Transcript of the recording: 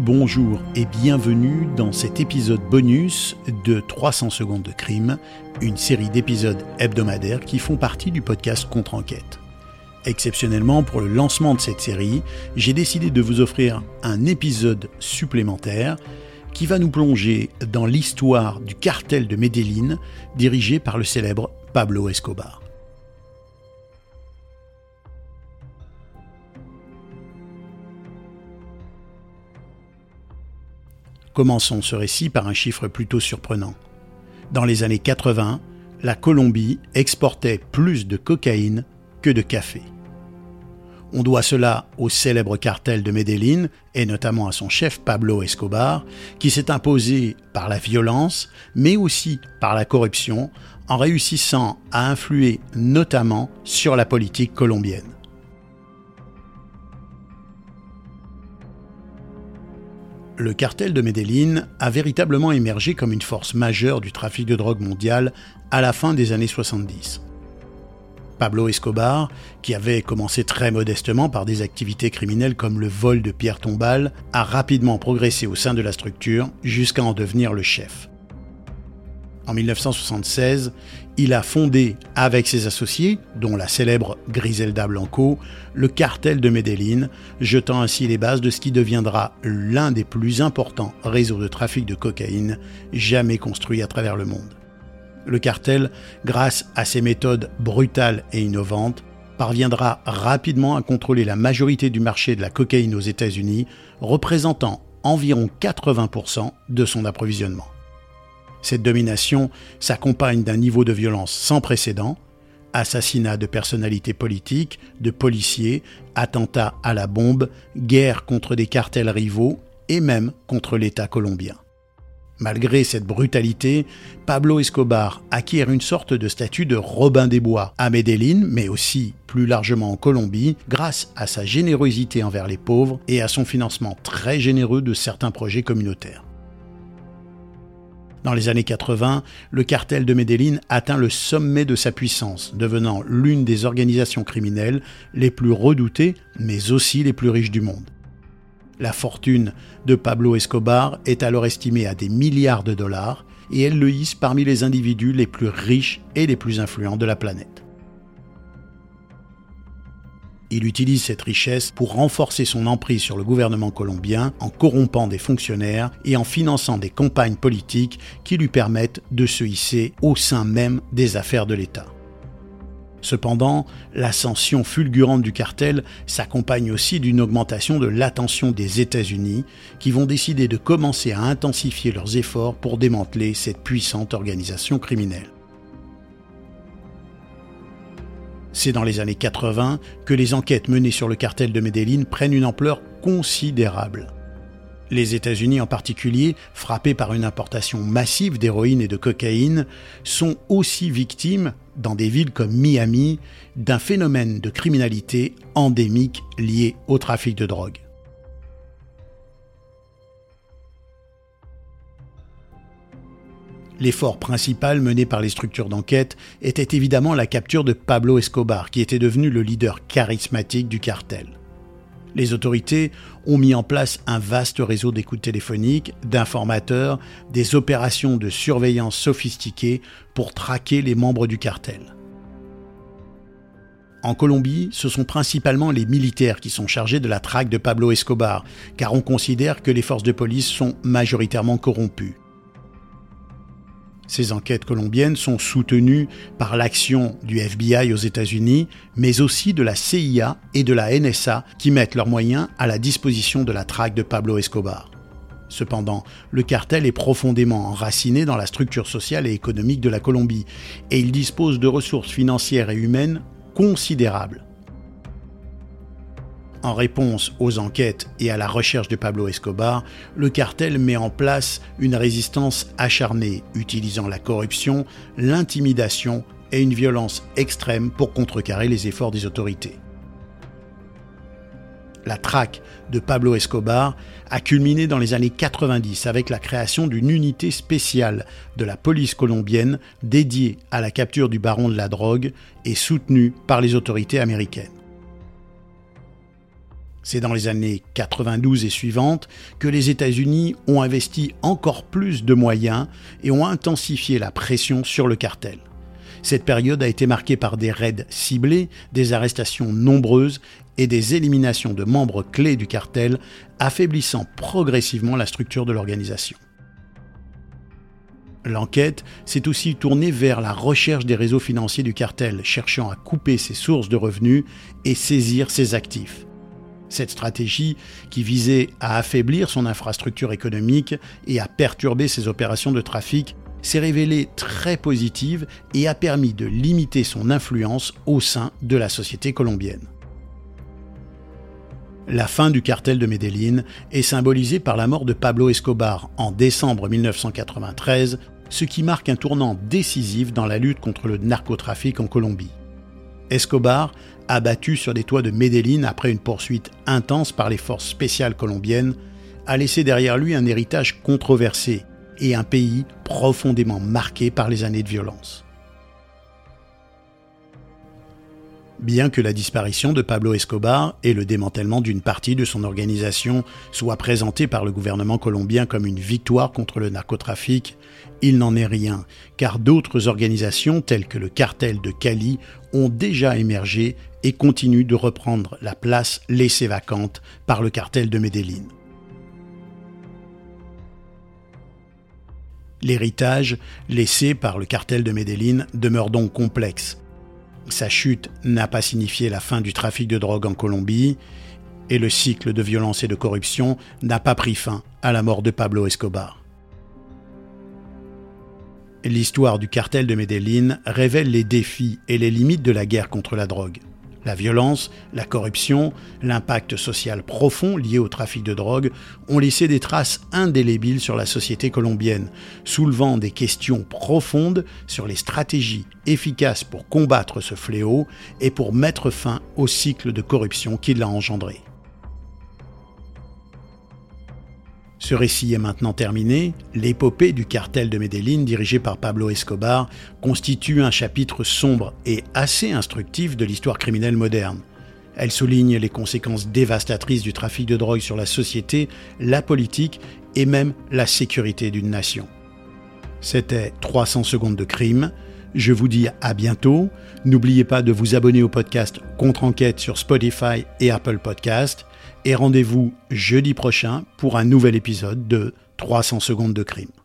Bonjour et bienvenue dans cet épisode bonus de 300 secondes de crime, une série d'épisodes hebdomadaires qui font partie du podcast Contre-Enquête. Exceptionnellement, pour le lancement de cette série, j'ai décidé de vous offrir un épisode supplémentaire qui va nous plonger dans l'histoire du cartel de Medellín dirigé par le célèbre Pablo Escobar. Commençons ce récit par un chiffre plutôt surprenant. Dans les années 80, la Colombie exportait plus de cocaïne que de café. On doit cela au célèbre cartel de Medellín et notamment à son chef Pablo Escobar, qui s'est imposé par la violence, mais aussi par la corruption, en réussissant à influer notamment sur la politique colombienne. Le cartel de Medellín a véritablement émergé comme une force majeure du trafic de drogue mondial à la fin des années 70. Pablo Escobar, qui avait commencé très modestement par des activités criminelles comme le vol de pierres tombales, a rapidement progressé au sein de la structure jusqu'à en devenir le chef. En 1976, il a fondé avec ses associés, dont la célèbre Griselda Blanco, le cartel de Medellín, jetant ainsi les bases de ce qui deviendra l'un des plus importants réseaux de trafic de cocaïne jamais construits à travers le monde. Le cartel, grâce à ses méthodes brutales et innovantes, parviendra rapidement à contrôler la majorité du marché de la cocaïne aux États-Unis, représentant environ 80% de son approvisionnement. Cette domination s'accompagne d'un niveau de violence sans précédent, assassinats de personnalités politiques, de policiers, attentats à la bombe, guerre contre des cartels rivaux et même contre l'État colombien. Malgré cette brutalité, Pablo Escobar acquiert une sorte de statut de Robin des Bois à Medellín, mais aussi plus largement en Colombie, grâce à sa générosité envers les pauvres et à son financement très généreux de certains projets communautaires. Dans les années 80, le cartel de Medellín atteint le sommet de sa puissance, devenant l'une des organisations criminelles les plus redoutées, mais aussi les plus riches du monde. La fortune de Pablo Escobar est alors estimée à des milliards de dollars et elle le hisse parmi les individus les plus riches et les plus influents de la planète. Il utilise cette richesse pour renforcer son emprise sur le gouvernement colombien en corrompant des fonctionnaires et en finançant des campagnes politiques qui lui permettent de se hisser au sein même des affaires de l'État. Cependant, l'ascension fulgurante du cartel s'accompagne aussi d'une augmentation de l'attention des États-Unis qui vont décider de commencer à intensifier leurs efforts pour démanteler cette puissante organisation criminelle. C'est dans les années 80 que les enquêtes menées sur le cartel de Medellín prennent une ampleur considérable. Les États-Unis en particulier, frappés par une importation massive d'héroïne et de cocaïne, sont aussi victimes, dans des villes comme Miami, d'un phénomène de criminalité endémique lié au trafic de drogue. L'effort principal mené par les structures d'enquête était évidemment la capture de Pablo Escobar, qui était devenu le leader charismatique du cartel. Les autorités ont mis en place un vaste réseau d'écoutes téléphoniques, d'informateurs, des opérations de surveillance sophistiquées pour traquer les membres du cartel. En Colombie, ce sont principalement les militaires qui sont chargés de la traque de Pablo Escobar, car on considère que les forces de police sont majoritairement corrompues. Ces enquêtes colombiennes sont soutenues par l'action du FBI aux États-Unis, mais aussi de la CIA et de la NSA qui mettent leurs moyens à la disposition de la traque de Pablo Escobar. Cependant, le cartel est profondément enraciné dans la structure sociale et économique de la Colombie et il dispose de ressources financières et humaines considérables. En réponse aux enquêtes et à la recherche de Pablo Escobar, le cartel met en place une résistance acharnée, utilisant la corruption, l'intimidation et une violence extrême pour contrecarrer les efforts des autorités. La traque de Pablo Escobar a culminé dans les années 90 avec la création d'une unité spéciale de la police colombienne dédiée à la capture du baron de la drogue et soutenue par les autorités américaines. C'est dans les années 92 et suivantes que les États-Unis ont investi encore plus de moyens et ont intensifié la pression sur le cartel. Cette période a été marquée par des raids ciblés, des arrestations nombreuses et des éliminations de membres clés du cartel, affaiblissant progressivement la structure de l'organisation. L'enquête s'est aussi tournée vers la recherche des réseaux financiers du cartel, cherchant à couper ses sources de revenus et saisir ses actifs. Cette stratégie, qui visait à affaiblir son infrastructure économique et à perturber ses opérations de trafic, s'est révélée très positive et a permis de limiter son influence au sein de la société colombienne. La fin du cartel de Medellín est symbolisée par la mort de Pablo Escobar en décembre 1993, ce qui marque un tournant décisif dans la lutte contre le narcotrafic en Colombie. Escobar, abattu sur des toits de Medellín après une poursuite intense par les forces spéciales colombiennes, a laissé derrière lui un héritage controversé et un pays profondément marqué par les années de violence. Bien que la disparition de Pablo Escobar et le démantèlement d'une partie de son organisation soient présentés par le gouvernement colombien comme une victoire contre le narcotrafic, il n'en est rien, car d'autres organisations telles que le cartel de Cali ont déjà émergé et continuent de reprendre la place laissée vacante par le cartel de Medellín. L'héritage laissé par le cartel de Medellín demeure donc complexe. Sa chute n'a pas signifié la fin du trafic de drogue en Colombie et le cycle de violence et de corruption n'a pas pris fin à la mort de Pablo Escobar. L'histoire du cartel de Medellín révèle les défis et les limites de la guerre contre la drogue. La violence, la corruption, l'impact social profond lié au trafic de drogue ont laissé des traces indélébiles sur la société colombienne, soulevant des questions profondes sur les stratégies efficaces pour combattre ce fléau et pour mettre fin au cycle de corruption qui l'a engendré. Ce récit est maintenant terminé. L'épopée du cartel de Medellín dirigé par Pablo Escobar constitue un chapitre sombre et assez instructif de l'histoire criminelle moderne. Elle souligne les conséquences dévastatrices du trafic de drogue sur la société, la politique et même la sécurité d'une nation. C'était 300 secondes de crime. Je vous dis à bientôt. N'oubliez pas de vous abonner au podcast Contre-Enquête sur Spotify et Apple Podcast. Et rendez-vous jeudi prochain pour un nouvel épisode de 300 secondes de crime.